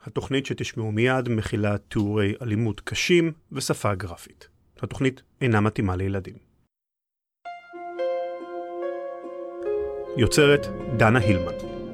התוכנית שתשמעו מיד מכילה תיאורי אלימות קשים ושפה גרפית. התוכנית אינה מתאימה לילדים. יוצרת דנה הילמן.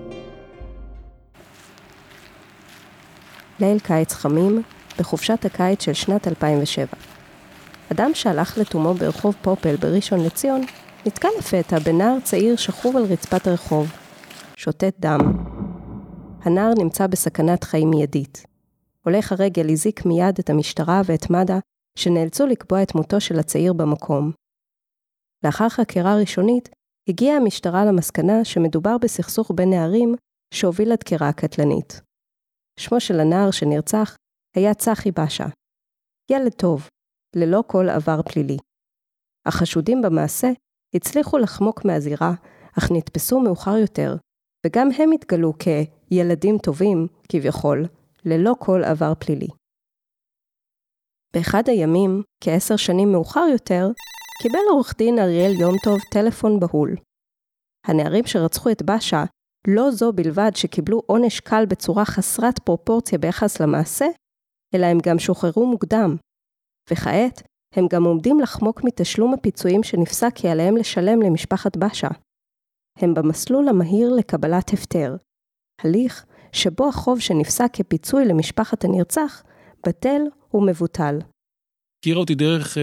ליל קיץ חמים בחופשת הקיץ של שנת 2007. אדם שהלך לתומו ברחוב פופל בראשון לציון נתקל לפתע בנער צעיר שכוב על רצפת הרחוב, שותת דם. הנער נמצא בסכנת חיים מיידית. הולך הרגל הזיק מיד את המשטרה ואת מד"א שנאלצו לקבוע את מותו של הצעיר במקום. לאחר חקירה ראשונית הגיעה המשטרה למסקנה שמדובר בסכסוך בין נערים שהוביל לדקירה הקטלנית. שמו של הנער שנרצח היה צחי בשה. ילד טוב, ללא כל עבר פלילי. החשודים במעשה הצליחו לחמוק מהזירה, אך נתפסו מאוחר יותר, וגם הם התגלו כילדים טובים, כביכול, ללא כל עבר פלילי. באחד הימים, כ10 שנים מאוחר יותר, קיבל עורך דין אריאל יום טוב טלפון בהול. הנערים שרצחו את בשה, לא זו בלבד שקיבלו עונש קל בצורה חסרת פרופורציה ביחס למעשה, אלא הם גם שוחררו מוקדם. וכעת, הם גם עומדים לחמוק מתשלום הפיצויים שנפסק כי עליהם לשלם למשפחת בשה. הם במסלול המהיר לקבלת הפטר. הליך שבו החוב שנפסק כפיצוי למשפחת הנרצח, בטל ומבוטל. הכירה אותי דרך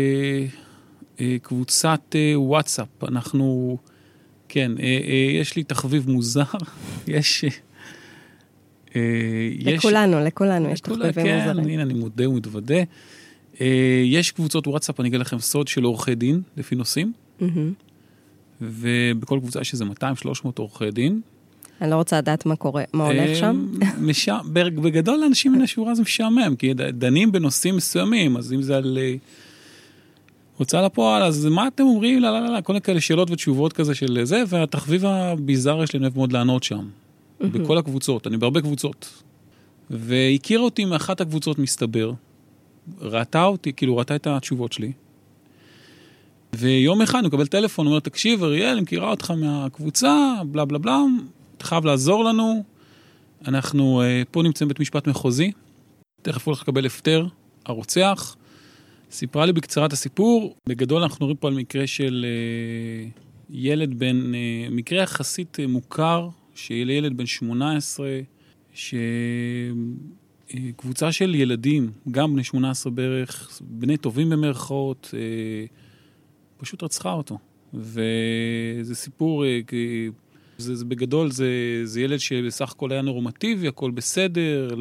קבוצת וואטסאפ. אנחנו, כן, יש לי תחביב מוזר. לכולנו יש תחביבים מוזרים. הנה, אני מודה ומתוודה. יש קבוצות וואטסאפ, אני אגיד לכם סוד של עורכי דין, לפי נושאים. ובכל קבוצה יש איזה 200-300 עורכי דין. אני לא רוצה לדעת מה קורה, מה הולך שם? בגדול לאנשים מן השורה זה משעמם, כי דנים בנושאים מסוימים, אז אם זה על הוצאה לפועל, אז מה אתם אומרים? לא, כל כאלה שאלות ותשובות כזה של זה, והתחביב הביזאר יש לי אוהב מאוד לענות שם. בכל הקבוצות, אני בהרבה קבוצות. והכירה אותי מאחת הקבוצות מסתבר, ראתה את התשובות שלי, ויום אחד הוא מקבל טלפון, הוא אומר, תקשיב, אריאל, אני מכירה אותך מהקבוצה, בלה בלה בלה, אתה חייב לעזור לנו, אנחנו פה נמצאים בית משפט מחוזי, תכף הולך לקבל הפטר, הרוצח, סיפרה לי בקצרה את הסיפור, בגדול אנחנו רואים פה על מקרה של ילד בן, מקרה יחסית מוכר, של ילד בן 18, שקבוצה של ילדים, גם בני 18 בערך, בני טובים במרכאות, פשוט רצחה אותו. וזה סיפור, זה בגדול, זה ילד שבסך הכל היה נורמטיבי, הכל בסדר,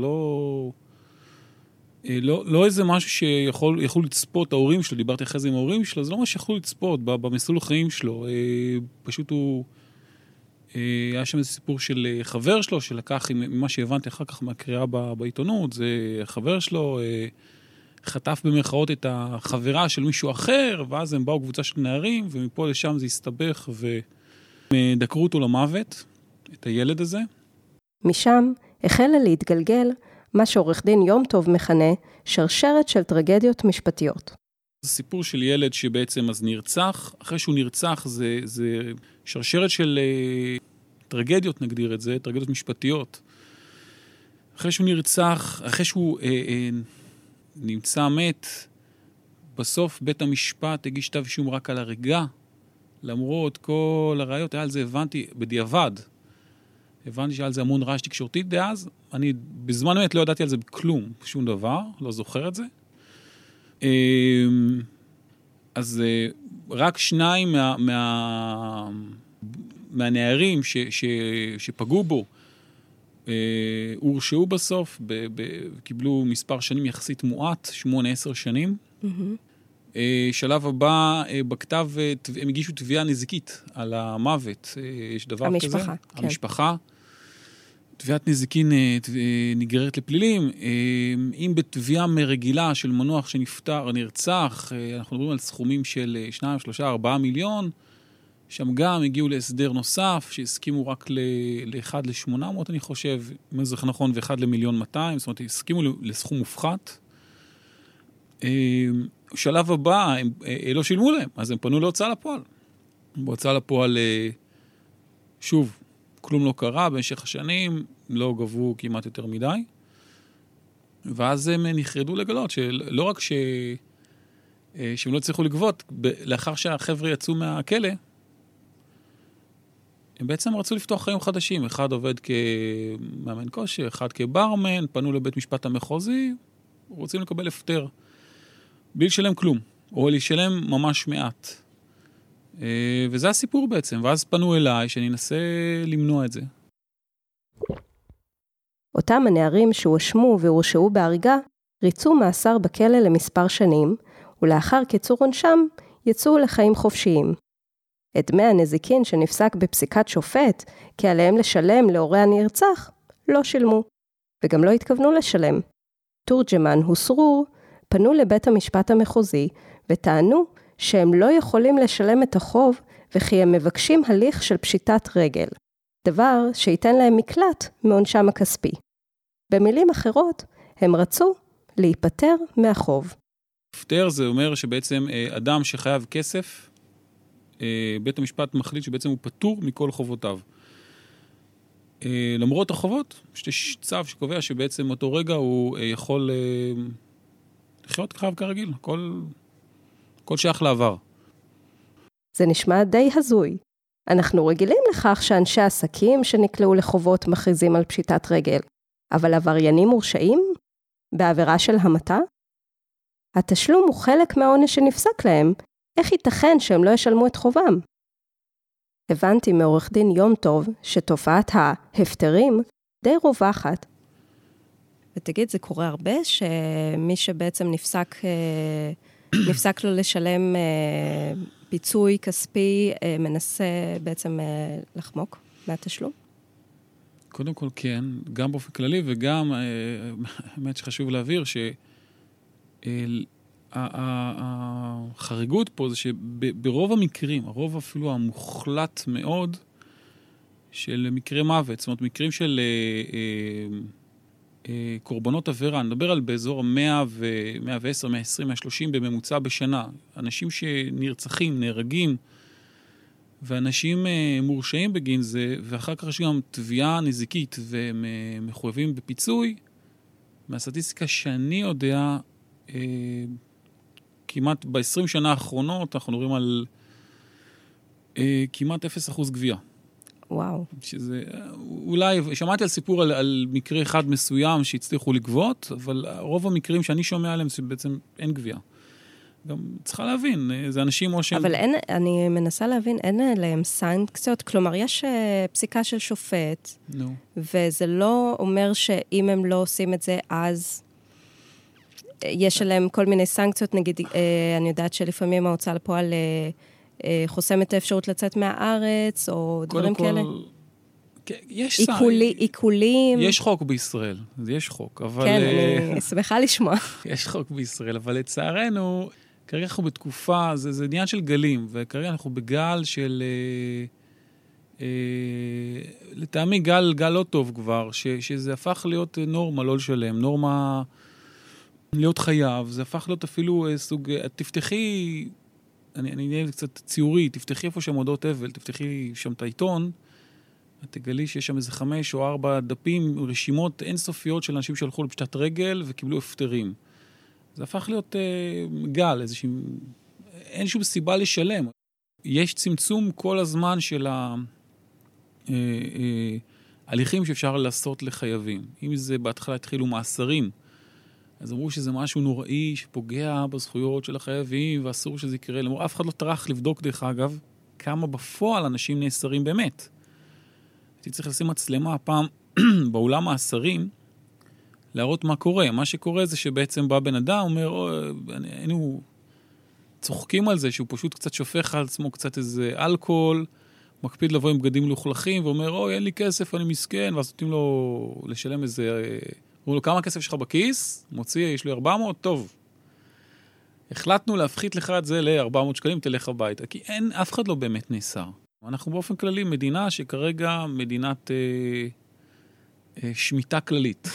לא איזה משהו שיכול לצפות, ההורים שלו, דיברתי אחרי זה עם ההורים שלו, זה לא מה שיכול לצפות במסלול החיים שלו, פשוט היה שם איזה סיפור של חבר שלו, שלקח, ממה שהבנתי אחר כך מהקריאה בעיתונות, זה חבר שלו, חטף במרכאות את החברה של מישהו אחר, ואז הם באו קבוצה של נערים, ומפה לשם זה הסתבך, ודקרו אותו למוות, את הילד הזה. משם החלה להתגלגל מה שעורך דין יום טוב מכנה שרשרת של טרגדיות משפטיות. זה סיפור של ילד שבעצם אז נרצח, אחרי שהוא נרצח זה שרשרת של טרגדיות, נגדיר את זה, טרגדיות משפטיות. אחרי שהוא נרצח, אחרי שהוא נמצא מת, בסוף בית המשפט הגיש כתב אישום רק על הריגה, למרות כל הראיות, היה על זה הבנתי בדיעבד, הבנתי שהיה על זה המון רעש תקשורתית דאז, אני בזמן אמת לא ידעתי על זה כלום, שום דבר, לא זוכר את זה. אז רק 2 מהנערים שפגעו בו, הורשעו בסוף, קיבלו מספר שנים יחסית מועט, 8-10 שנים. שלב הבא, בכתב, הם הגישו תביעה נזיקית על המוות. יש דבר כזה? המשפחה. תביעת נזיקין נגררת לפלילים. אם בתביעה מרגילה של מנוח שנפטר, נרצח, אנחנו מדברים על סכומים של 2, 3, 4 מיליון, שם גם הגיעו להסדר נוסף, שהסכימו רק ל-1 ל-800, אני חושב, אם זה נכון, ו-1 ל-1,200,000, זאת אומרת, הסכימו לסכום מופחת. בשלב הבא, הם לא שילמו להם, אז הם פנו להוצאה לפועל. בהוצאה לפועל, שוב, כלום לא קרה, במשך השנים לא גבו כמעט יותר מדי. ואז הם נחרדו לגלות שלא רק שהם לא צריכו לגבות, לאחר שהחבר'ה יצאו מהכלא, הם בעצם רצו לפתוח חיים חדשים. אחד עובד כמאמן כושר, אחד כברמן, פנו לבית משפט המחוזי, רוצים לקבל הפטר. בלי לשלם כלום, או לשלם ממש מעט. וזה הסיפור בעצם. ואז פנו אליי שאני אנסה למנוע את זה. אותם הנערים שהואשמו והורשעו בהריגה, ריצו מאסר בכלא למספר שנים, ולאחר קיצור עונשם יצאו לחיים חופשיים. את דמי הנזיקין שנפסק בפסיקת שופט, כי עליהם לשלם להורי הנרצח, לא שילמו, וגם לא התכוונו לשלם. תורג'מן הוסרור, פנו לבית המשפט המחוזי, וטענו שהם לא יכולים לשלם את החוב, וכי הם מבקשים הליך של פשיטת רגל, דבר שייתן להם מקלט מעונשם הכספי. במילים אחרות, הם רצו להיפטר מהחוב. הפטר זה אומר שבעצם אדם שחייב כסף, בית המשפט מחליט שבעצם הוא פטור מכל חובותיו. למרות החובות, יש צו שקובע שבעצם אותו רגע הוא יכול לחיות חייב כרגיל, כל שייך לעבר. זה נשמע די הזוי. אנחנו רגילים לכך שאנשי עסקים שנקלעו לחובות מכריזים על פשיטת רגל, אבל עבריינים מורשעים? בעבירה של המתה? התשלום הוא חלק מהעונש שנפסק להם, איך ייתכן שהם לא ישלמו את חובם? הבנתי מעורך דין יום טוב שתופעת ההפטרים די רווחת. ותגיד, זה קורה הרבה שמי שבעצם נפסק לו לשלם פיצוי כספי, מנסה בעצם לחמוק מהתשלום? קודם כל כן, גם באופן כללי וגם, האמת שחשוב להעביר החריגות פה זה שברוב המקרים, הרוב אפילו המוחלט מאוד של מקרי מוות, זאת אומרת מקרים של קורבנות עבירה, אני מדבר על באזור 100 ו-110, 120, 130 בממוצע בשנה, אנשים שנרצחים, נהרגים, ואנשים מורשעים בגין זה, ואחר כך יש גם תביעה נזיקית והם מחויבים בפיצוי, מהסטטיסטיקה שאני יודע, כמעט ב-20 שנה האחרונות אנחנו מדברים על כמעט 0% גבייה. וואו. שזה, אולי, שמעתי על סיפור על מקרה אחד מסוים שהצליחו לגבות, אבל רוב המקרים שאני שומע עליהם שבעצם אין גבייה. גם צריכה להבין, זה אנשים או שהם... אבל אין, אני מנסה להבין, אין להם סנקציות, כלומר, יש פסיקה של שופט, וזה לא אומר שאם הם לא עושים את זה, אז יש עליהם כל מיני סנקציות, נגיד, אני יודעת שלפעמים ההוצאה לפועל חוסם את האפשרות לצאת מהארץ, או דברים כאלה. יש עיקולים. יש חוק בישראל, יש חוק, אבל... כן, אני שמחה לשמוע. יש חוק בישראל, אבל לצערנו, כרגע אנחנו בתקופה, זה עניין של גלים, וכרגע אנחנו בגל של... לטעמי גל לא טוב כבר, שזה הפך להיות נורמה לא לשלם, נורמה להיות חייב, זה הפך להיות אפילו סוג... תפתחי... אני נהיה קצת ציורי, תפתחי איפה שם מודעות אבל, תפתחי שם את העיתון, את תגלי שיש שם איזה 5 או 4 דפים, רשימות אינסופיות של אנשים שהלכו לפשטת רגל וקיבלו הפטרים. זה הפך להיות גל, איזושהי... אין שום סיבה לשלם. יש צמצום כל הזמן של ההליכים שאפשר לעשות לחייבים. אם זה בהתחלה התחילו מאסרים, אז אמרו שזה משהו נוראי שפוגע בזכויות של החייבים, ואסור שזה יקרה. למרות, אף אחד לא טרח לבדוק דרך אגב, כמה בפועל אנשים נאסרים באמת. הייתי צריך לשים מצלמה הפעם באולם האסרים, להראות מה קורה. מה שקורה זה שבעצם בא בן אדם, אומר, היינו צוחקים על זה, שהוא פשוט קצת שופך על עצמו קצת איזה אלכוהול, מקפיד לבוא עם בגדים לוכלכים, ואומר, אין לי כסף, אני מסכן, ואז נותנים לו לשלם איזה... אומרים לו, כמה כסף שלך בכיס? מוציא, יש לי 400, טוב. החלטנו להפחית לך את זה ל-400 שקלים, תלך הביתה. כי אין, אף אחד לא באמת נאסר. אנחנו באופן כללי מדינה שכרגע מדינת שמיטה כללית.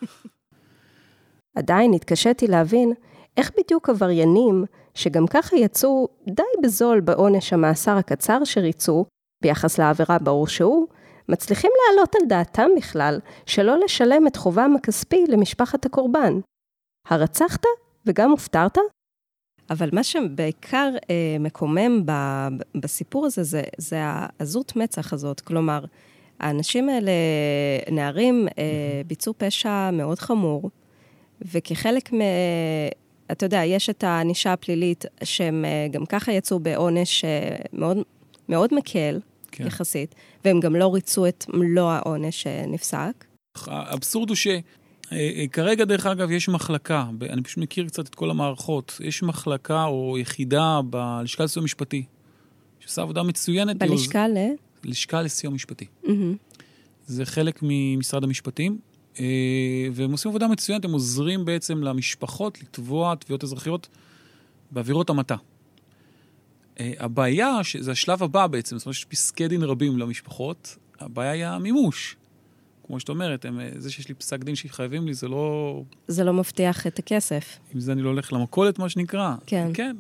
עדיין התקשיתי להבין איך בדיוק עבריינים, שגם ככה יצאו די בזול בעונש המאסר הקצר שריצו, ביחס לעבירה בה הורשעו, מצליחים להעלות על דעתם בכלל שלא לשלם את חובם הכספי למשפחת הקורבן. הרצחת וגם הופטרת? אבל מה שבעיקר מקומם בסיפור הזה, זה העזות מצח הזאת. כלומר, האנשים האלה, נערים, ביצעו פשע מאוד חמור, וכחלק אתה יודע, יש את הענישה הפלילית, שהם גם ככה יצאו בעונש מאוד, מאוד מקל, כן. יחסית, והם גם לא ריצו את מלוא העונש שנפסק. האבסורד הוא שכרגע, דרך אגב, יש מחלקה, אני פשוט מכיר קצת את כל המערכות, יש מחלקה או יחידה בלשכה לסיוע משפטי, שעושה עבודה מצוינת. בלשכה לשכה לסיוע משפטי. זה חלק ממשרד המשפטים, והם עושים עבודה מצוינת, הם עוזרים בעצם למשפחות לתבוע תביעות אזרחיות בעבירות המתה. הבעיה, זה השלב הבא בעצם, זאת אומרת, יש פסקי דין רבים למשפחות, הבעיה היא המימוש. כמו שאת אומרת, זה שיש לי פסק דין שחייבים לי, זה לא... זה לא מבטיח את הכסף. אם זה אני לא הולך למכולת, מה שנקרא. כן. כן,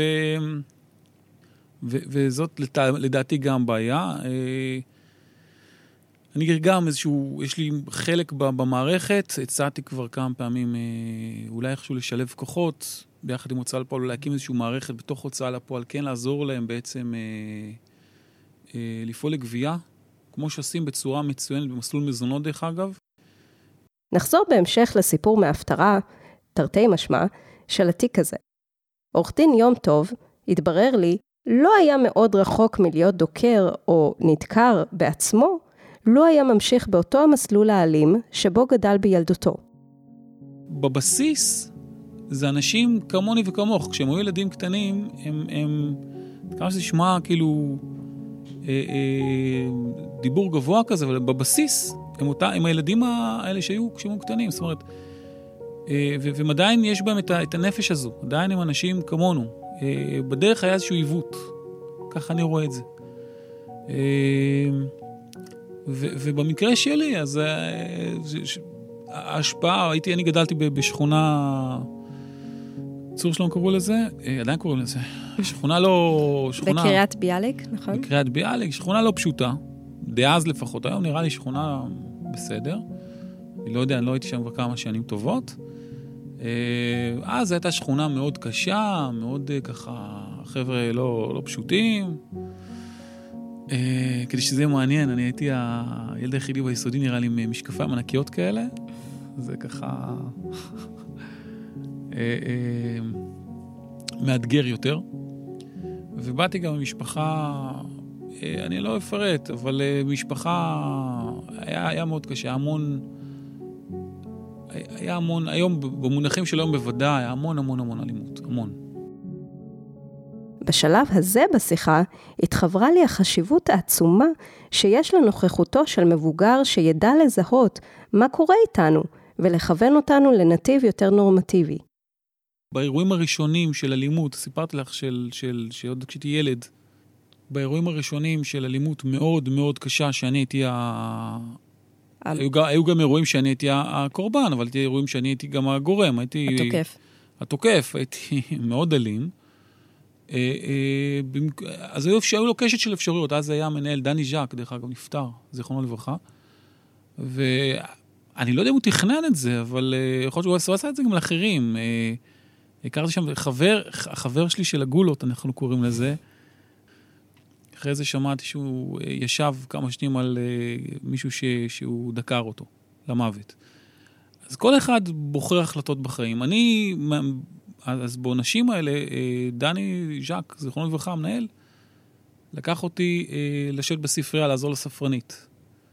וזאת לדעתי גם בעיה. אני גם איזשהו, יש לי חלק במערכת, הצעתי כבר כמה פעמים אולי איכשהו לשלב כוחות, ביחד עם הוצאה לפועל, להקים איזשהו מערכת בתוך הוצאה לפועל, כן לעזור להם בעצם לפעול לגבייה, כמו שעושים בצורה מצוינת במסלול מזונות דרך אגב. נחזור בהמשך לסיפור מההפטרה, תרתי משמע, של התיק הזה. עורך דין יום טוב, התברר לי, לא היה מאוד רחוק מלהיות דוקר או נדקר בעצמו, לא היה ממשיך באותו המסלול האלים שבו גדל בילדותו. בבסיס זה אנשים כמוני וכמוך, כשהם היו ילדים קטנים, הם כמה שזה שמע כאילו דיבור גבוה כזה, אבל בבסיס הם הילדים האלה שהיו כשהם קטנים, זאת אומרת, ועדיין יש בהם את הנפש הזו, עדיין הם אנשים כמונו. בדרך היה איזשהו עיוות, ככה אני רואה את זה. ובמקרה שלי, אז ההשפעה, אני גדלתי בשכונה, צור שלום קראו לזה, עדיין קוראים לזה, שכונה לא... בקריית ביאליק, נכון? בקריית ביאליק, שכונה לא פשוטה, דאז לפחות, היום נראה לי שכונה בסדר, אני לא יודע, אני לא הייתי שם כבר כמה שנים טובות, אז הייתה שכונה מאוד קשה, מאוד ככה, חבר'ה לא פשוטים, כדי שזה יהיה מעניין, אני הייתי הילד היחידי ביסודי, נראה לי משקפיים ענקיות כאלה, זה ככה מאתגר יותר, ובאתי גם במשפחה, אני לא אפרט, אבל משפחה היה מאוד קשה, היה המון, היום במונחים של היום בוודאי, היה המון אלימות, המון. בשלב הזה בשיחה התחברה לי החשיבות העצומה שיש לנוכחותו של מבוגר שידע לזהות מה קורה איתנו ולכוון אותנו לנתיב יותר נורמטיבי. באירועים הראשונים של אלימות, סיפרתי לך שעוד כשהייתי ילד, באירועים הראשונים של אלימות מאוד מאוד קשה שאני הייתי היו גם אירועים שאני הייתי הקורבן, אבל הייתי אירועים שאני הייתי גם הגורם, התוקף, הייתי מאוד אלים. אז היו לו קשת של אפשרויות, אז היה מנהל דני ז'אק, דרך אגב נפטר, זיכרונו לברכה, ואני לא יודע אם הוא תכנן את זה, אבל יכול להיות שהוא עשה את זה גם לאחרים. הכרתי שם החבר שלי של הגולות, אנחנו קוראים לזה, אחרי זה שמעתי שהוא ישב כמה שנים על מישהו שהוא דקר אותו למוות. אז כל אחד בוחר החלטות בחיים. אז בעונשים האלה, דני ז'אק, זיכרונו לברכה, המנהל, לקח אותי לשבת בספרייה, לעזור לספרנית.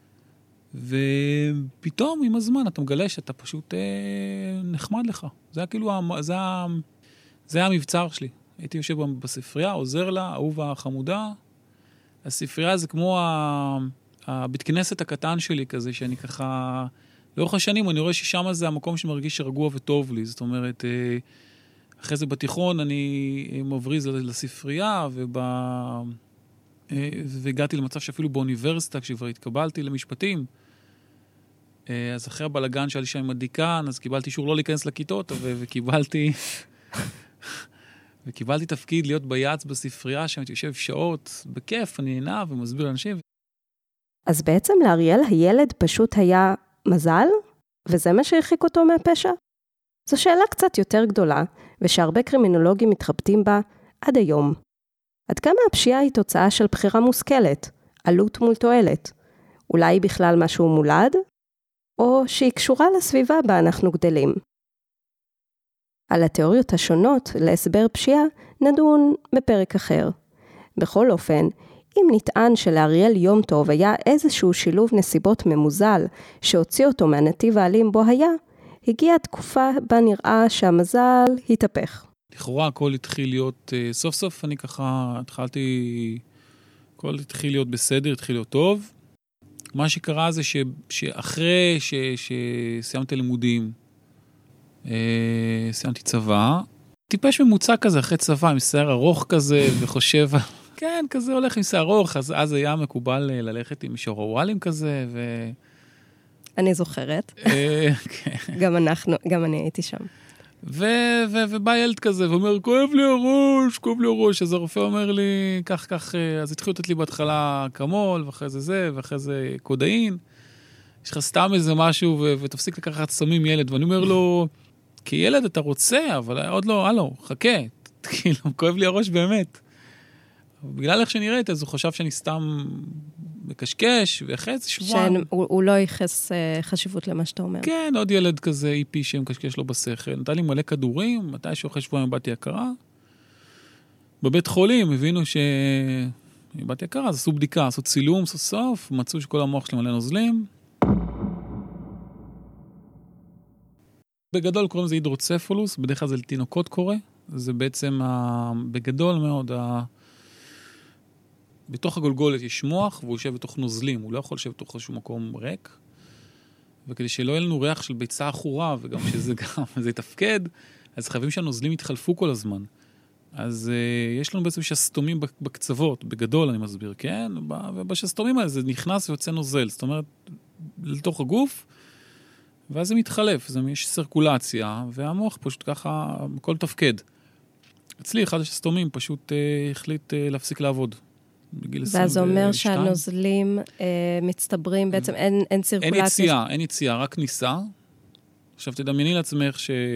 ופתאום, עם הזמן, אתה מגלה שאתה פשוט נחמד לך. זה היה כאילו, זה היה המבצר שלי. הייתי יושב בספרייה, עוזר לה, אהובה חמודה. הספרייה זה כמו הבית כנסת הקטן שלי כזה, שאני ככה, לאורך השנים אני רואה ששם זה המקום שמרגיש רגוע וטוב לי. זאת אומרת, אחרי זה בתיכון אני מבריז לספרייה, והגעתי למצב שאפילו באוניברסיטה, כשכבר התקבלתי למשפטים, אז אחרי הבלגן שהיה לי שם עם הדיקן, אז קיבלתי אישור לא להיכנס לכיתות, וקיבלתי תפקיד להיות ביעץ בספרייה, שם יושב שעות בכיף, אני נהנה ומסביר לאנשים. אז בעצם לאריאל הילד פשוט היה מזל, וזה מה שהרחיק אותו מהפשע? זו שאלה קצת יותר גדולה, ושהרבה קרימינולוגים מתחבטים בה עד היום. עד כמה הפשיעה היא תוצאה של בחירה מושכלת, עלות מול תועלת? אולי בכלל משהו מולד? או שהיא קשורה לסביבה בה אנחנו גדלים? על התיאוריות השונות להסבר פשיעה נדון בפרק אחר. בכל אופן, אם נטען שלאריאל יום טוב היה איזשהו שילוב נסיבות ממוזל שהוציא אותו מהנתיב האלים בו היה, הגיעה תקופה בה נראה שהמזל התהפך. לכאורה הכל התחיל להיות, סוף סוף אני ככה הכל התחיל להיות בסדר, התחיל להיות טוב. מה שקרה זה שאחרי שסיימתי לימודים, סיימתי צבא, טיפש ממוצע כזה אחרי צבא, עם שיער ארוך כזה, וחושב, כן, כזה הולך עם שיער ארוך, אז היה מקובל ללכת עם שרוואלים כזה, אני זוכרת. גם אני הייתי שם. ובא ילד כזה, ואומר, כואב לי הראש, אז הרופא אומר לי, כך, אז התחילו לתת לי בהתחלה קמול, ואחרי זה ואחרי זה קודאין, יש לך סתם איזה משהו, ותפסיק לקחת סמים ילד, ואני אומר לו, כילד אתה רוצה, אבל עוד לא, חכה, כאילו, כואב לי הראש באמת. בגלל איך שנראית, אז הוא חשב שאני סתם מקשקש, ואחרי זה שבועיים. שהוא לא ייחס חשיבות למה שאתה אומר. כן, עוד ילד כזה איפי שמקשקש לו בשכל. נתן לי מלא כדורים, מתי שאחרי שבועיים באתי הכרה. בבית חולים הבינו שבאתי הכרה, אז עשו בדיקה, עשו צילום סוף, מצאו שכל המוח שלי מלא נוזלים. בגדול קוראים לזה הידרוצפלוס, בדרך כלל זה לתינוקות קורה. זה בעצם בגדול מאוד בתוך הגולגולת יש מוח, והוא יושב בתוך נוזלים, הוא לא יכול לשבת בתוך איזשהו מקום ריק, וכדי שלא יהיה לנו ריח של ביצה אחורה, וגם שזה זה יתפקד, אז חייבים שהנוזלים יתחלפו כל הזמן. אז יש לנו בעצם שסתומים בקצוות, בגדול אני מסביר, כן? ובשסתומים האלה זה נכנס ויוצא נוזל, זאת אומרת, לתוך הגוף, ואז זה מתחלף, יש סרקולציה, והמוח פשוט ככה, כל תפקד. אצלי אחד השסתומים פשוט החליט להפסיק לעבוד. ואז זה אומר שהנוזלים מצטברים, בעצם אין סירקולציה. אין יציאה, רק כניסה. עכשיו תדמייני לעצמך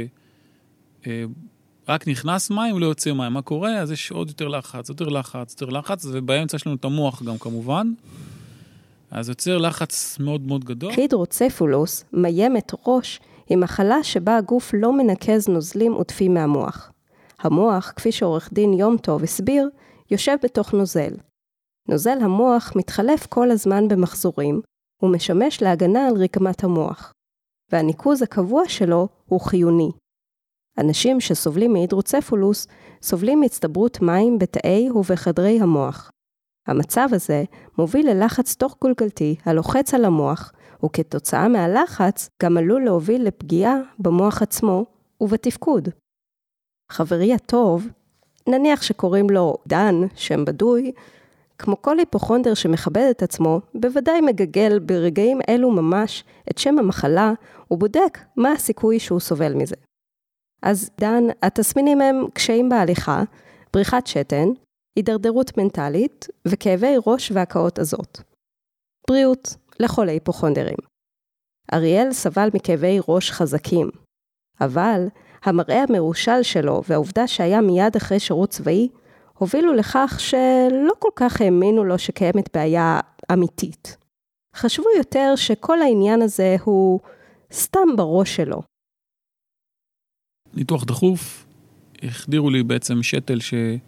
רק נכנס מים, לא יוצא מים. מה קורה? אז יש עוד יותר לחץ, ובאמצע יש לנו את המוח גם כמובן. אז יוצר לחץ מאוד מאוד גדול. הידרוצפלוס, מיימת ראש, היא מחלה שבה הגוף לא מנקז נוזלים עודפים מהמוח. המוח, כפי שעורך דין יום טוב הסביר, יושב בתוך נוזל. נוזל המוח מתחלף כל הזמן במחזורים, ומשמש להגנה על רקמת המוח. והניקוז הקבוע שלו הוא חיוני. אנשים שסובלים מהידרוצפלוס סובלים מהצטברות מים בתאי ובחדרי המוח. המצב הזה מוביל ללחץ תוך גולגלתי הלוחץ על המוח, וכתוצאה מהלחץ גם עלול להוביל לפגיעה במוח עצמו ובתפקוד. חברי הטוב, נניח שקוראים לו דן, שם בדוי, כמו כל היפוכונדר שמכבד את עצמו, בוודאי מגגל ברגעים אלו ממש את שם המחלה, ובודק מה הסיכוי שהוא סובל מזה. אז דן, התסמינים הם קשיים בהליכה, בריחת שתן, הידרדרות מנטלית וכאבי ראש והקאות הזאת. בריאות לכל היפוכונדרים. אריאל סבל מכאבי ראש חזקים, אבל המראה המרושל שלו והעובדה שהיה מיד אחרי שירות צבאי, הובילו לכך שלא כל כך האמינו לו שקיימת בעיה אמיתית. חשבו יותר שכל העניין הזה הוא סתם בראש שלו. ניתוח דחוף, החדירו לי בעצם שתל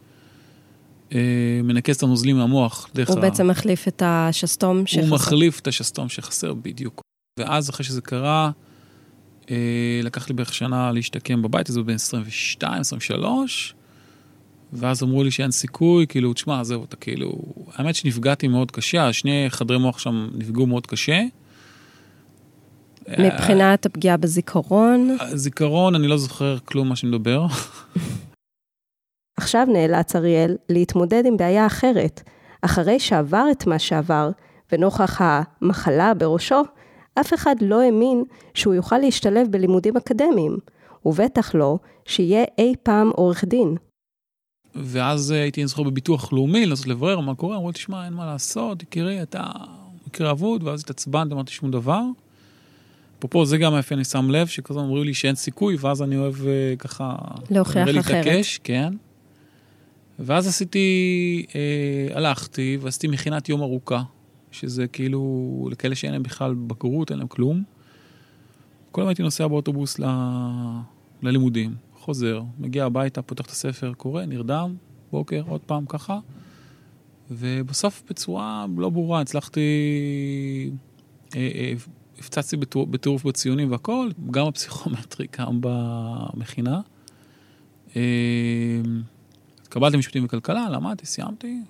שמנקז את הנוזלים מהמוח. הוא בעצם מחליף את השסתום שחסר. הוא מחליף את השסתום שחסר בדיוק. ואז אחרי שזה קרה, לקח לי בערך שנה להשתקם בבית, זה בין 22, 23, ואז אמרו לי שאין סיכוי, כאילו, תשמע, זהו, אתה כאילו, האמת שנפגעתי מאוד קשה, שני חדרי מוח שם נפגעו מאוד קשה. מבחינת הפגיעה בזיכרון? זיכרון, אני לא זוכר כלום מה שמדבר. עכשיו נאלץ אריאל להתמודד עם בעיה אחרת. אחרי שעבר את מה שעבר, ונוכח המחלה בראשו, אף אחד לא האמין שהוא יוכל להשתלב בלימודים אקדמיים, ובטח לא שיהיה אי פעם עורך דין. ואז הייתי נזכור בביטוח לאומי, לנסות לברר מה קורה, אמרו, תשמע, אין מה לעשות, תראי, אתה מקרה אבוד, ואז התעצבנתי, אמרתי שום דבר. אפרופו, זה גם היפה, אני שם לב, שכזה אומרים לי שאין סיכוי, ואז אני אוהב ככה... להוכיח אחרת. להתעקש, כן. ואז הלכתי, ועשיתי מכינת יום ארוכה, שזה כאילו, לכאלה שאין להם בכלל בגרות, אין להם כלום. כל הזמן הייתי נוסע באוטובוס ללימודים, חוזר, מגיע הביתה, פותח את הספר, קורא, נרדם, בוקר, עוד פעם ככה, ובסוף בצורה לא ברורה, הצלחתי, הפצצתי בטירוף בציונים והכל, גם הפסיכומטרי, גם במכינה. התקבלתי משפטים וכלכלה, למדתי, סיימתי,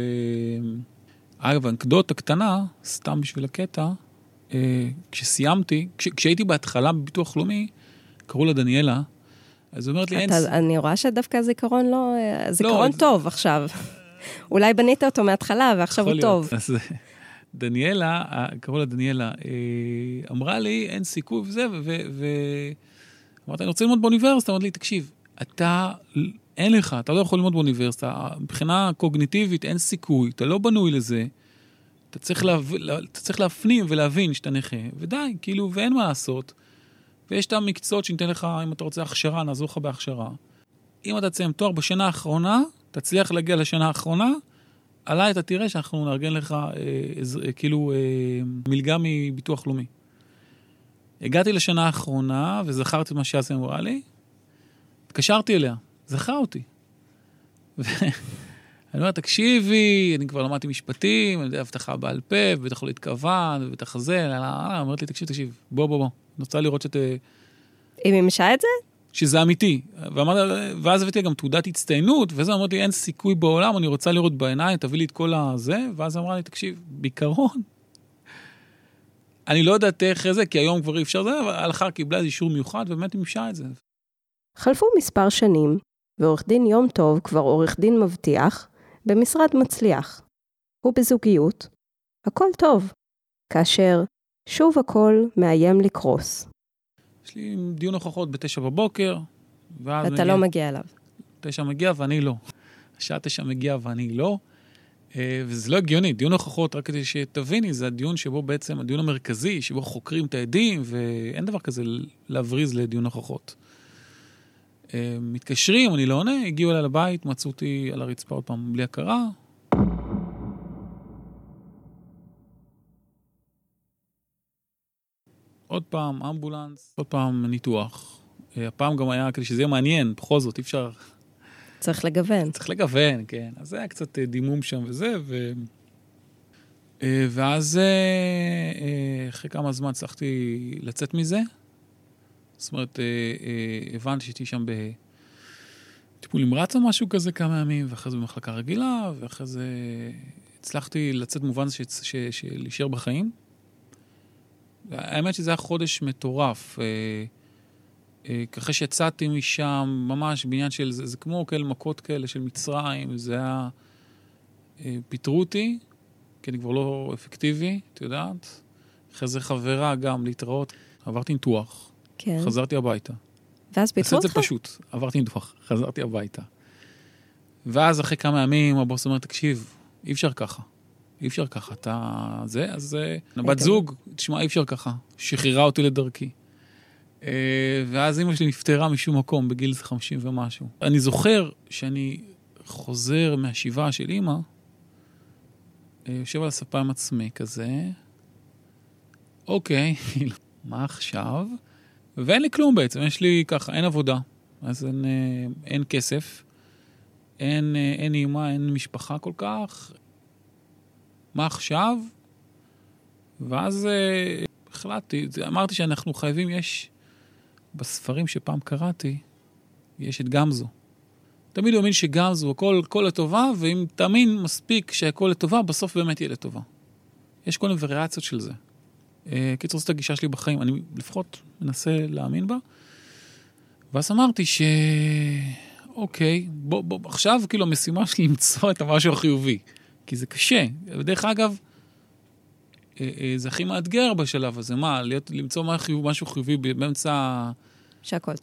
אגב, אנקדוטה קטנה, סתם בשביל הקטע, כשסיימתי, כשהייתי בהתחלה בביטוח לאומי, קראו לה דניאלה, אז היא אומרת לי, אני רואה שדווקא הזיכרון לא... זיכרון טוב עכשיו. אולי בנית אותו מההתחלה, ועכשיו הוא טוב. אז דניאלה, קראו לה דניאלה, אמרה לי, אין סיכוי וזה, ואמרת, אני רוצה ללמוד באוניברסיטה, אמרת לי, תקשיב, אין לך, אתה לא יכול ללמוד באוניברסיטה, מבחינה קוגניטיבית אין סיכוי, אתה לא בנוי לזה, אתה צריך להפנים ולהבין שאתה נכה, ודי, כאילו, ואין מה לעשות, ויש את המקצועות שניתן לך, אם אתה רוצה הכשרה, נעזור לך בהכשרה. אם אתה תסיים תואר בשנה האחרונה, תצליח להגיע לשנה האחרונה, עליי אתה תראה שאנחנו נארגן לך, כאילו, מלגה מביטוח לאומי. הגעתי לשנה האחרונה, וזכרתי מה שאז אמרה לי, התקשרתי אליה, זכרה אותי. אני אומר, תקשיבי, אני כבר למדתי משפטים, אני יודע, הבטחה בעל פה, ובטח לא התכוון, ובטח זה, אמרת לי, תקשיב, בוא, אני רוצה לראות היא מימשה את זה? שזה אמיתי. ואז הבאתי גם תעודת הצטיינות, וזה אמרתי לי, אין סיכוי בעולם, אני רוצה לראות בעיניים, תביא לי את כל הזה, ואז אמרה לי, תקשיב, בעיקרון, אני לא יודעת איך זה, כי היום כבר אי אפשר זה, אבל הלכה קיבלה איזה אישור מיוחד, ובאמת מימשה את זה. חלפו מספר שנים, ועורך דין יום טוב כבר עורך דין מבטיח, במשרד מצליח. הוא בזוגיות, הכל טוב, כאשר שוב הכל מאיים לקרוס. יש לי דיון הוכחות ב9 בבוקר, ואתה לא מגיע אליו. 9 מגיע ואני לא. השעה 9 מגיע ואני לא, וזה לא הגיוני. דיון הוכחות, רק כדי שתביני, זה הדיון שבו בעצם, הדיון המרכזי, שבו חוקרים את העדים, ואין דבר כזה להבריז לדיון הוכחות. מתקשרים, אני לא עונה, הגיעו אליי לבית, מצאו אותי על הרצפה עוד פעם בלי הכרה. עוד פעם אמבולנס, עוד פעם ניתוח. הפעם גם היה, כדי שזה יהיה מעניין, בכל זאת, אי אפשר... צריך לגוון. צריך לגוון, כן. אז זה היה קצת דימום שם וזה, ואז אחרי כמה זמן הצלחתי לצאת מזה. זאת אומרת, הבנתי שהייתי שם בטיפול נמרץ או משהו כזה כמה ימים, ואחרי זה במחלקה רגילה, ואחרי זה הצלחתי לצאת במובן להישאר בחיים. האמת שזה היה חודש מטורף. אחרי שיצאתי משם, ממש בעניין של, זה כמו כאלה מכות כאלה של מצרים, זה היה, פיטרו אותי, כי אני כבר לא אפקטיבי, את יודעת. אחרי זה חברה גם להתראות, עברתי ניתוח. כן. חזרתי הביתה. ואז פיטרו אותך? זה פשוט, עברתי ניתוח, חזרתי הביתה. ואז אחרי כמה ימים הבוס אומר, תקשיב, אי אפשר ככה, אתה זה, אז בת זוג, תשמע, אי אפשר ככה, שחררה אותי לדרכי. ואז אמא שלי נפטרה משום מקום, בגיל 50 ומשהו. אני זוכר שאני חוזר מהשיבה של אמא, יושב על הספה עם עצמי כזה, אוקיי, מה עכשיו? ואין לי כלום בעצם, יש לי ככה, אין עבודה, אז אין כסף, אין אימא, אין משפחה כל כך, מה עכשיו? ואז החלטתי, אמרתי שאנחנו חייבים, יש בספרים שפעם קראתי, יש את גמזו. תמיד הוא מאמין שגמזו, הכל לטובה, ואם תאמין מספיק שהכל לטובה, בסוף באמת יהיה לטובה. יש כל מיני וריאציות של זה. קיצור, זאת הגישה שלי בחיים, אני לפחות מנסה להאמין בה. ואז אמרתי אוקיי, בוא, עכשיו כאילו המשימה שלי למצוא את המשהו החיובי. כי זה קשה. בדרך אגב, זה הכי מאתגר בשלב הזה. מה, למצוא משהו חיובי באמצע... שהכל טוב.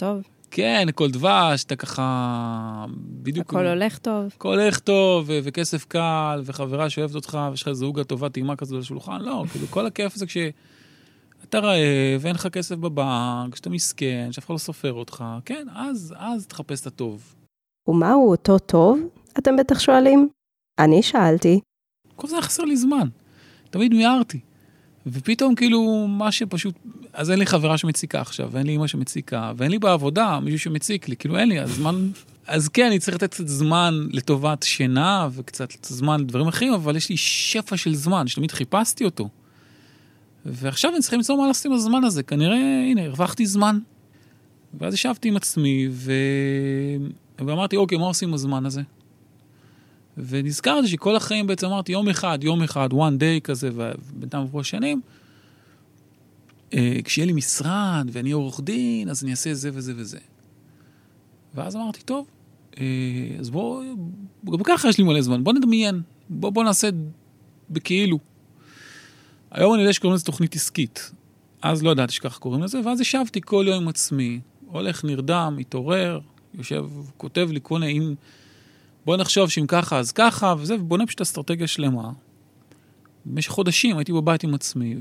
כן, הכל דבש, אתה ככה... בדיוק... הכל הולך טוב. הכל הולך טוב, וכסף קל, וחברה שאוהבת אותך, ויש לך זהוגה טובה, טעימה כזו לשולחן. לא, כאילו, כל הכיף זה כשאתה רעב, ואין לך כסף בבנק, כשאתה מסכן, שאף אחד לא סופר אותך. כן, אז תחפש את הטוב. ומהו אותו טוב? אתם בטח שואלים. אני שאלתי. כל זה היה חסר לי זמן. תמיד מיהרתי. ופתאום כאילו מה שפשוט, אז אין לי חברה שמציקה עכשיו, ואין לי אמא שמציקה, ואין לי בעבודה מישהו שמציק לי, כאילו אין לי, אז כן, אני צריך לתת קצת זמן לטובת שינה, וקצת זמן לדברים אחרים, אבל יש לי שפע של זמן, שתמיד חיפשתי אותו. ועכשיו אני צריך למצוא מה לעשות עם הזמן הזה, כנראה, הנה, הרווחתי זמן. ואז ישבתי עם עצמי, ואמרתי, אוקיי, מה עושים עם הזמן הזה? ונזכרתי שכל החיים בעצם אמרתי, יום אחד, one day כזה, ובינתיים עברו השנים, כשיהיה לי משרד ואני עורך דין, אז אני אעשה זה וזה וזה. ואז אמרתי, טוב, אז גם ככה יש לי מלא זמן, בוא נדמיין, בוא נעשה בכאילו. היום אני יודע שקוראים לזה תוכנית עסקית, אז לא ידעתי שככה קוראים לזה, ואז ישבתי כל יום עם עצמי, הולך נרדם, מתעורר, יושב, כותב לי כל נעים, בוא נחשוב שאם ככה, אז ככה, וזה, ובונה פשוט אסטרטגיה שלמה. במשך חודשים הייתי בבית עם עצמי,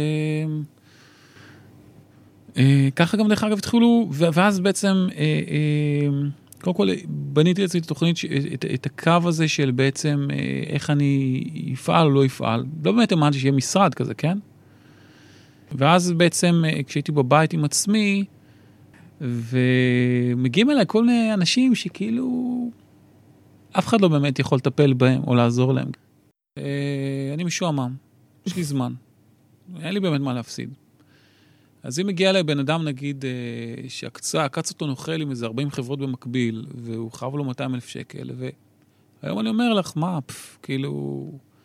ככה גם דרך אגב התחילו, ואז בעצם, קודם כל, בניתי לעצמי את התוכנית, את הקו הזה של בעצם, איך אני אפעל או לא אפעל. לא באמת אמרתי שיהיה משרד כזה, כן? ואז בעצם, כשהייתי בבית עם עצמי, ומגיעים אליי כל מיני אנשים שכאילו... אף אחד לא באמת יכול לטפל בהם או לעזור להם. אני משועמם, יש לי זמן. אין לי באמת מה להפסיד. אז אם מגיע אליי בן אדם, נגיד, שעקץ אותו נוכל עם איזה 40 חברות במקביל, והוא חייב לו 200,000 שקל, והיום אני אומר לך, מה, כאילו,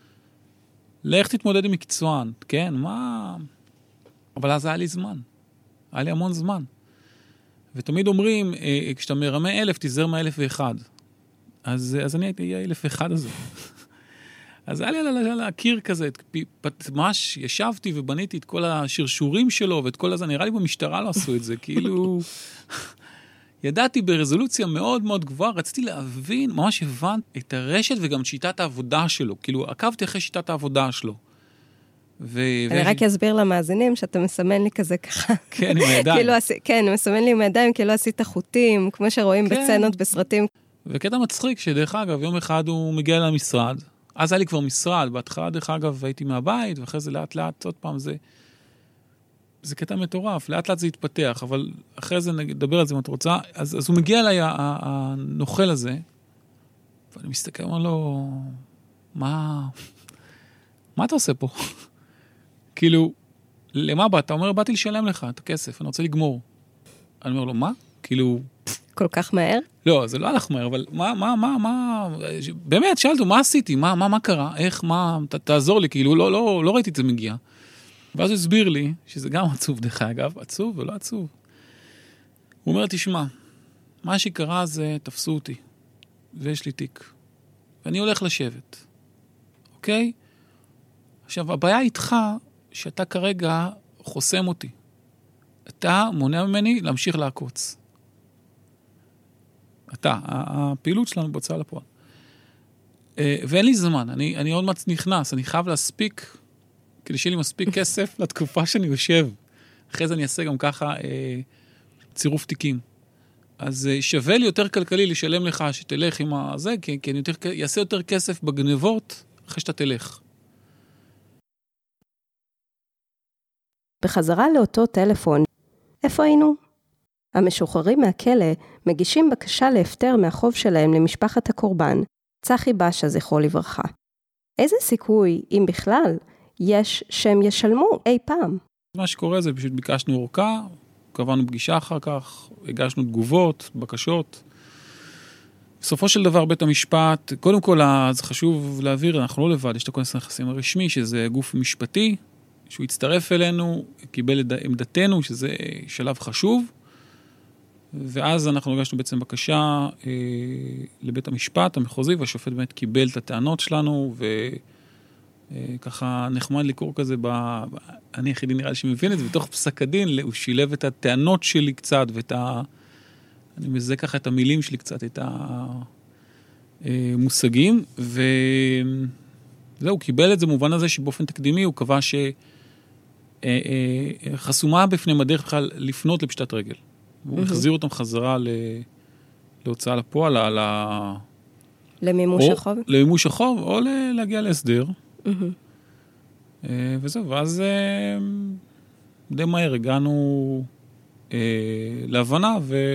לך תתמודד עם מקצוען, כן, מה... אבל אז היה לי זמן. היה לי המון זמן. ותמיד אומרים, כשאתה מרמה 1,000, תיזהר מה1,001. אז אני הייתי 1,001 הזה. אז היה לי על הקיר כזה, ממש ישבתי ובניתי את כל השרשורים שלו, ואת כל הזה, נראה לי במשטרה לא עשו את זה, כאילו, ידעתי ברזולוציה מאוד מאוד גבוהה, רציתי להבין, ממש הבנתי את הרשת וגם את שיטת העבודה שלו, כאילו, עקבתי אחרי שיטת העבודה שלו. אני רק אסביר למאזינים שאתה מסמן לי כזה ככה. כן, עם הידיים. כן, הוא מסמן לי עם הידיים, כאילו עשית חוטים, כמו שרואים בסצנות, בסרטים. וקטע מצחיק שדרך אגב, יום אחד הוא מגיע למשרד, אז היה לי כבר משרד, בהתחלה דרך אגב הייתי מהבית, ואחרי זה לאט לאט, עוד פעם זה קטע מטורף, לאט לאט זה יתפתח, אבל אחרי זה נדבר על זה אם את רוצה, אז הוא מגיע אליי הנוכל הזה, ואני מסתכל, אומר לו, מה אתה עושה פה? כאילו, למה באת? אתה אומר, באתי לשלם לך את הכסף, אני רוצה לגמור. אני אומר לו, מה? כאילו... כל כך מהר? לא, זה לא הלך מהר, אבל מה, באמת, שאלתו, מה עשיתי? מה קרה? איך, מה, תעזור לי, כאילו, לא ראיתי את זה מגיע. ואז הוא הסביר לי, שזה גם עצוב דרך אגב, עצוב ולא עצוב. הוא אומר, תשמע, מה שקרה זה, תפסו אותי, ויש לי תיק, ואני הולך לשבת, אוקיי? עכשיו, הבעיה איתך, שאתה כרגע חוסם אותי. אתה מונע ממני להמשיך לעקוץ. הפעילות שלנו בוצעה לפועל. ואין לי זמן, אני עוד מעט נכנס, אני חייב להספיק, כדי שיהיה לי מספיק כסף לתקופה שאני יושב. אחרי זה אני אעשה גם ככה צירוף תיקים. אז שווה לי יותר כלכלי לשלם לך שתלך עם הזה, כי אני אעשה יותר כסף בגנבות אחרי שאתה תלך. בחזרה לאותו טלפון, איפה היינו? המשוחררים מהכלא מגישים בקשה להפטר מהחוב שלהם למשפחת הקורבן, צחי בשה זכרו לברכה. איזה סיכוי, אם בכלל, יש שהם ישלמו אי פעם? מה שקורה זה פשוט ביקשנו אורכה, קבענו פגישה אחר כך, הגשנו תגובות, בקשות. בסופו של דבר בית המשפט, קודם כל זה חשוב להעביר, אנחנו לא לבד, יש את הכונס הנכסים הרשמי, שזה גוף משפטי, שהוא הצטרף אלינו, קיבל את עמדתנו, שזה שלב חשוב, ואז אנחנו הגשנו בעצם בקשה לבית המשפט המחוזי, והשופט באמת קיבל את הטענות שלנו, וככה נחמד לקרוא כזה, אני היחידי נראה לי שמבין את זה, בתוך פסק הדין, הוא שילב את הטענות שלי קצת, ואת אני מזהה ככה את המילים שלי קצת, את המושגים, וזהו, הוא קיבל את זה במובן הזה שבאופן תקדימי הוא קבע שחסומה בפניהם הדרך בכלל לפנות לפשיטת רגל. הוא החזיר אותם חזרה להוצאה לפועל, למימוש החוב? למימוש החוב, או להגיע להסדר. וזהו, ואז די מהר הגענו להבנה,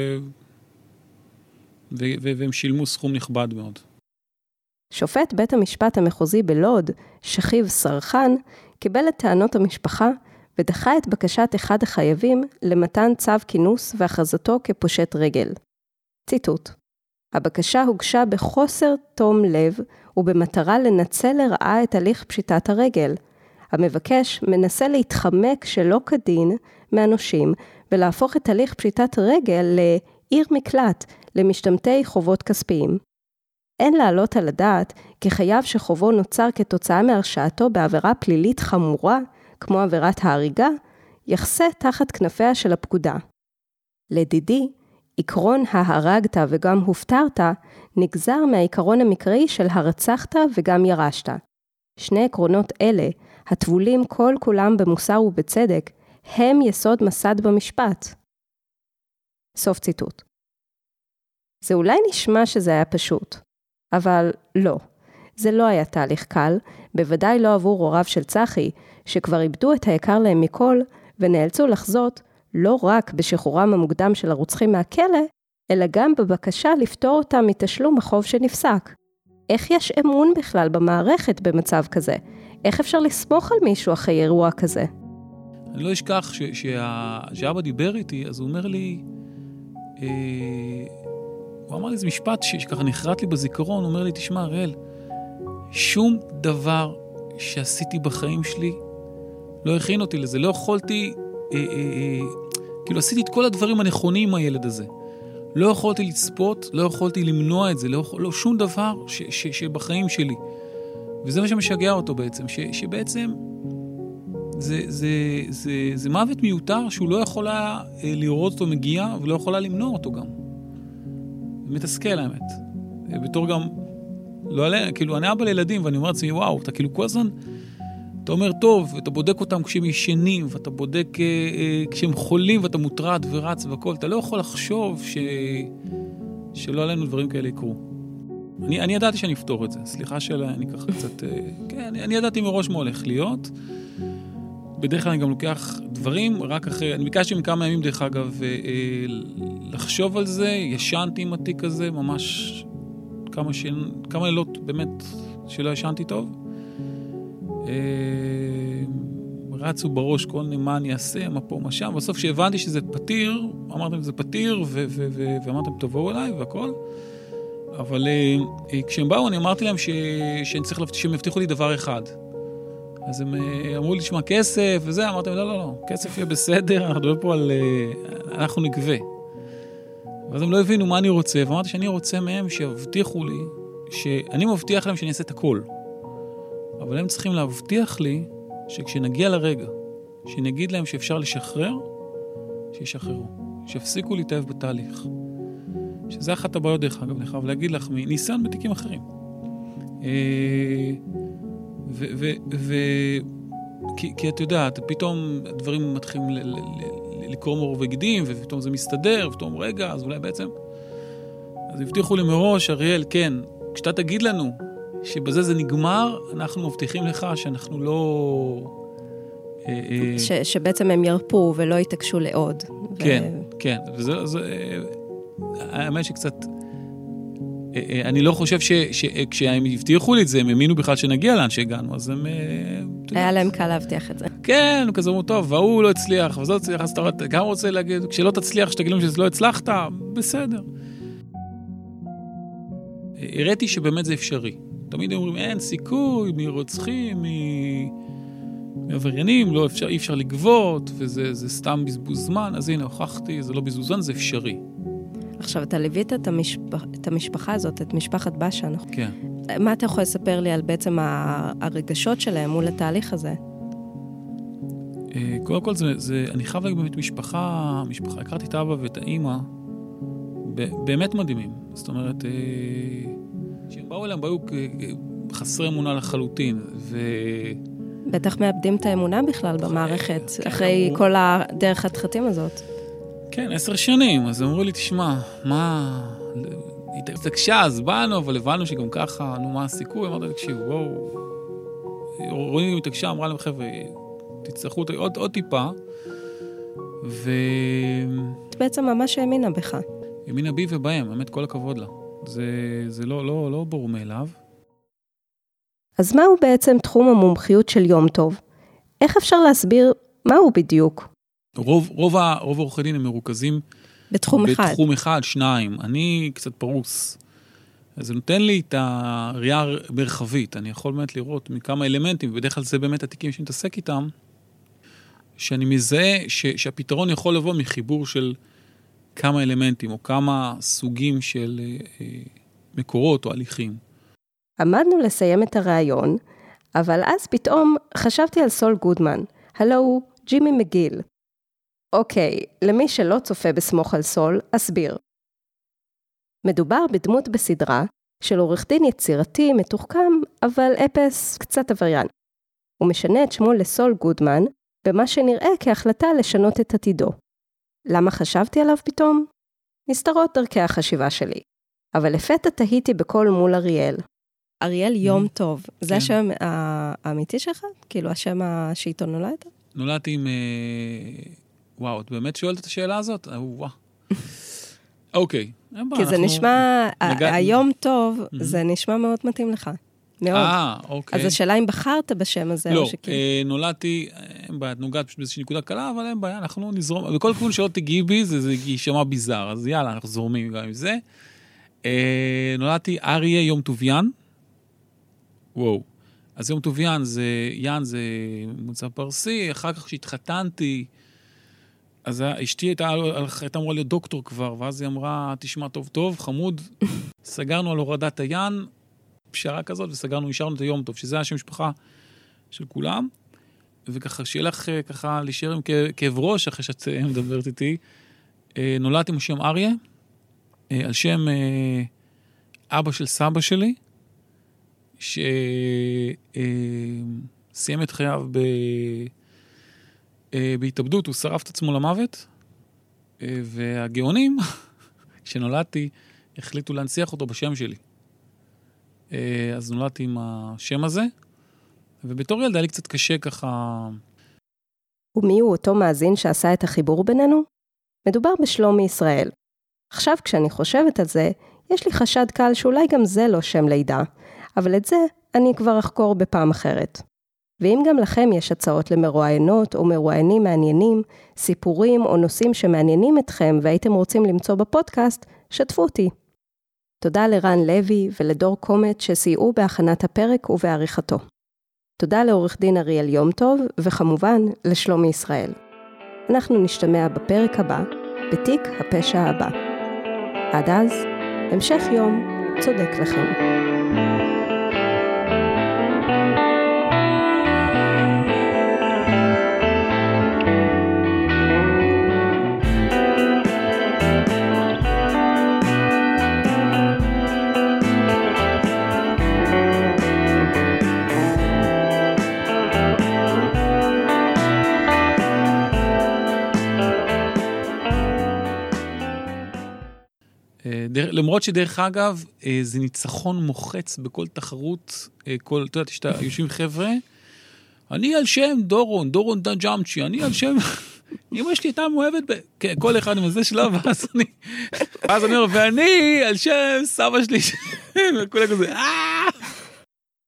והם שילמו סכום נכבד מאוד. שופט בית המשפט המחוזי בלוד, שכיב סרחן, קיבל את טענות המשפחה, ודחה את בקשת אחד החייבים למתן צו כינוס והכרזתו כפושט רגל. ציטוט: הבקשה הוגשה בחוסר תום לב ובמטרה לנצל לרעה את הליך פשיטת הרגל. המבקש מנסה להתחמק שלא כדין מהנושים ולהפוך את הליך פשיטת רגל לעיר מקלט למשתמטי חובות כספיים. אין לעלות על הדעת כי חייב שחובו נוצר כתוצאה מהרשעתו בעבירה פלילית חמורה, כמו עבירת ההריגה, יחסה תחת כנפיה של הפקודה. לדידי, עקרון ההרגת וגם הופטרת נגזר מהעיקרון המקראי של הרצחת וגם ירשת. שני עקרונות אלה, הטבולים כל כולם במוסר ובצדק, הם יסוד מסד במשפט. סוף ציטוט. זה אולי נשמע שזה היה פשוט, אבל לא. זה לא היה תהליך קל, בוודאי לא עבור הוריו של צחי, שכבר איבדו את היקר להם מכל, ונאלצו לחזות לא רק בשחרורם המוקדם של הרוצחים מהכלא, אלא גם בבקשה לפתור אותם מתשלום החוב שנפסק. איך יש אמון בכלל במערכת במצב כזה? איך אפשר לסמוך על מישהו אחרי אירוע כזה? אני לא אשכח שאבא דיבר איתי, אז הוא אומר לי, הוא אמר לי איזה משפט שככה נחרט לי בזיכרון, הוא אומר לי, תשמע הראל, שום דבר שעשיתי בחיים שלי לא הכין אותי לזה, לא יכולתי, כאילו עשיתי את כל הדברים הנכונים עם הילד הזה. לא יכולתי לצפות, לא יכולתי למנוע את זה, לא שום דבר שבחיים שלי. וזה מה שמשגע אותו בעצם, שבעצם זה מוות מיותר שהוא לא יכולה לראות אותו מגיע, ולא יכולה למנוע אותו גם. מתסכל האמת. בתור גם, לא עליה, כאילו אני אבא לילדים, ואני אומר לעצמי, וואו, אתה כאילו כל הזמן, אתה אומר טוב, ואתה בודק אותם כשהם ישנים, ואתה בודק כשהם חולים, ואתה מוטרד ורץ וכל, אתה לא יכול לחשוב שלא עלינו דברים כאלה יקרו. אני ידעתי שאני אפתור את זה, סליחה אני ככה קצת, כן, אני ידעתי מראש מה הולך להיות, בדרך כלל אני גם לוקח דברים, רק אחרי, אני ביקשתי מכמה ימים דרך אגב, לחשוב על זה, ישנתי עם התיק הזה, ממש כמה לילות באמת שלא ישנתי טוב, רצו בראש כל מה אני אעשה, מה פה, מה שם, בסוף שהבנתי שזה פתיר, אמרתם זה פתיר, ואמרתם תבואו אליי והכל, אבל כשהם באו אני אמרתי להם שהם הבטיחו לי דבר אחד, אז הם אמרו לי שמה כסף וזה, אמרתי להם לא, כסף יהיה בסדר, אנחנו מדברים פה על, אנחנו נגבה. ואז הם לא הבינו מה אני רוצה, ואמרתי שאני רוצה מהם שיבטיחו לי, שאני מבטיח להם שאני אעשה את הכל. אבל הם צריכים להבטיח לי שכשנגיע לרגע, שנגיד להם שאפשר לשחרר, שישחררו. שיפסיקו להתאהב בתהליך. שזה אחת הבעיות דרך אגב, אני חייב להגיד לך, מניסיון בתיקים אחרים. כי את יודעת, פתאום דברים מתחילים לקרוא מור וגידים, ופתאום זה מסתדר, ופתאום רגע, אז אולי בעצם... אז הבטיחו לי מראש, אריאל, כן, כשאתה תגיד לנו שבזה זה נגמר, אנחנו מבטיחים לך שאנחנו לא... שבעצם הם ירפו ולא יתעקשו לעוד. כן. וזה... האמת שקצת... אני לא חושב שכשהם הבטיחו לי את זה, הם האמינו בכלל שנגיע לאן שהגענו, אז הם... היה להם קל להבטיח את זה. כן, כזה אמרו, טוב, והוא לא הצליח, וזה לא הצליח, אז אתה גם רוצה להגיד, כשלא תצליח, שתגיד להם שזה לא הצלחת, בסדר. הראיתי שבאמת זה אפשרי. תמיד אומרים, אין סיכוי, מרוצחים, מעבריינים, לא אפשר, אי אפשר לגבות, וזה סתם בזבוז זמן, אז הנה, הוכחתי, זה לא בזבוז זמן, זה אפשרי. עכשיו, אתה ליווית את המשפחה הזאת, את משפחת בשה, נכון? כן. מה אתה יכול לספר לי על בעצם הרגשות שלהם מול התהליך הזה? קודם כל, אני חייב להגיד באמת משפחה, הכרתי את האבא ואת האמא באמת מדהימים. זאת אומרת, כשהם באו אליהם, באו חסרי אמונה לחלוטין, בטח מאבדים את האמונה בכלל במערכת, אחרי כל הדרך התחתים הזאת. כן, 10 שנים, אז אמרו לי, תשמע, מה... התעקשה, אז באנו, אבל הבנו שגם ככה, נו, מה הסיכוי? אמרתי, תקשיב, בואו... רואים התעקשה, אמרה להם, חבר'ה, תצטרכו עוד טיפה, בעצם ממש האמינה בך. האמינה בי ובהם, באמת כל הכבוד לה. זה לא ברור מאליו. אז מהו בעצם תחום המומחיות של יום טוב? איך אפשר להסביר מהו בדיוק? רוב העורכי דין הם מרוכזים בתחום אחד, 2. אני קצת פרוס. אז זה נותן לי את הראייה מרחבית. אני יכול באמת לראות מכמה אלמנטים, ובדרך כלל זה באמת התיקים שאני מתעסק איתם, שאני מזהה שהפתרון יכול לבוא מחיבור של כמה אלמנטים, או כמה סוגים של מקורות או הליכים. עמדנו לסיים את הרעיון, אבל אז פתאום חשבתי על סול גודמן, הלו הוא ג'ימי מגיל. אוקיי, למי שלא צופה בסמוך על סול, אסביר. מדובר בדמות בסדרה של עורך דין יצירתי, מתוחכם, אבל אפס קצת עבריין. הוא משנה את שמו לסול גודמן, במה שנראה כהחלטה לשנות את עתידו. למה חשבתי עליו פתאום? נסתרות דרכי החשיבה שלי. אבל לפתע תהיתי בקול מול אריאל. אריאל יום טוב. זה השם האמיתי שלך? כאילו השם שאיתו נולדת? נולדתי עם... וואו, את באמת שואלת את השאלה הזאת? וואו. אוקיי. כי זה נשמע... היום טוב, זה נשמע מאוד מתאים לך. מאוד. אוקיי. אז השאלה אם בחרת בשם הזה? לא, נולדתי, אין בעיה, את נוגעת פשוט באיזושהי נקודה קלה, אבל אין בעיה, אנחנו נזרום, בכל כיוון שלא תגיעי בי, זה יישמע ביזר, אז יאללה, אנחנו זורמים גם עם זה. נולדתי אריה יום טוביין, וואו, אז יום טוביין זה, זה מוצא פרסי, אחר כך כשהתחתנתי, אז אשתי הייתה אמורה להיות דוקטור כבר, ואז היא אמרה, תשמע טוב, חמוד, סגרנו על הורדת היין, פשרה כזאת, וסגרנו, נשארנו את היום טוב, שזה השם משפחה של כולם, וככה, שיהיה לך ככה להישאר עם כאב ראש, אחרי שאת מדברת איתי, נולדתי עם השם אריה, על שם אבא של סבא שלי, שסיים את חייו בהתאבדות, הוא שרף את עצמו למוות, והגאונים, כשנולדתי, החליטו להנציח אותו בשם שלי. אז נולדתי עם השם הזה, ובתור ילדה לי קצת קשה ככה... ומי הוא אותו מאזין שעשה את החיבור בינינו? מדובר בשלומי ישראל. עכשיו כשאני חושבת על זה, יש לי חשד קל שאולי גם זה לא שם לידה, אבל את זה אני כבר אחקור בפעם אחרת. ואם גם לכם יש הצעות למרואיינות או מרואיינים מעניינים, סיפורים או נושאים שמעניינים אתכם והייתם רוצים למצוא בפודקאסט, שתפו אותי. תודה לרן לוי ולדור קומט שסייעו בהכנת הפרק ובעריכתו. תודה לעורך דין אריאל יום טוב, וכמובן לשלומי ישראל. אנחנו נשתמע בפרק הבא, בתיק הפשע הבא. עד אז, המשך יום צודק לכם. למרות שדרך אגב, זה ניצחון מוחץ בכל תחרות, אתה יודעת, שאתה יושבים חבר'ה, אני על שם דורון דג'אמצ'י, אני על שם, אמא שלי הייתה מאוהבת, כל אחד עם זה שלו, ואז אני אומר, ואני על שם סבא שלי, וכולם כזה,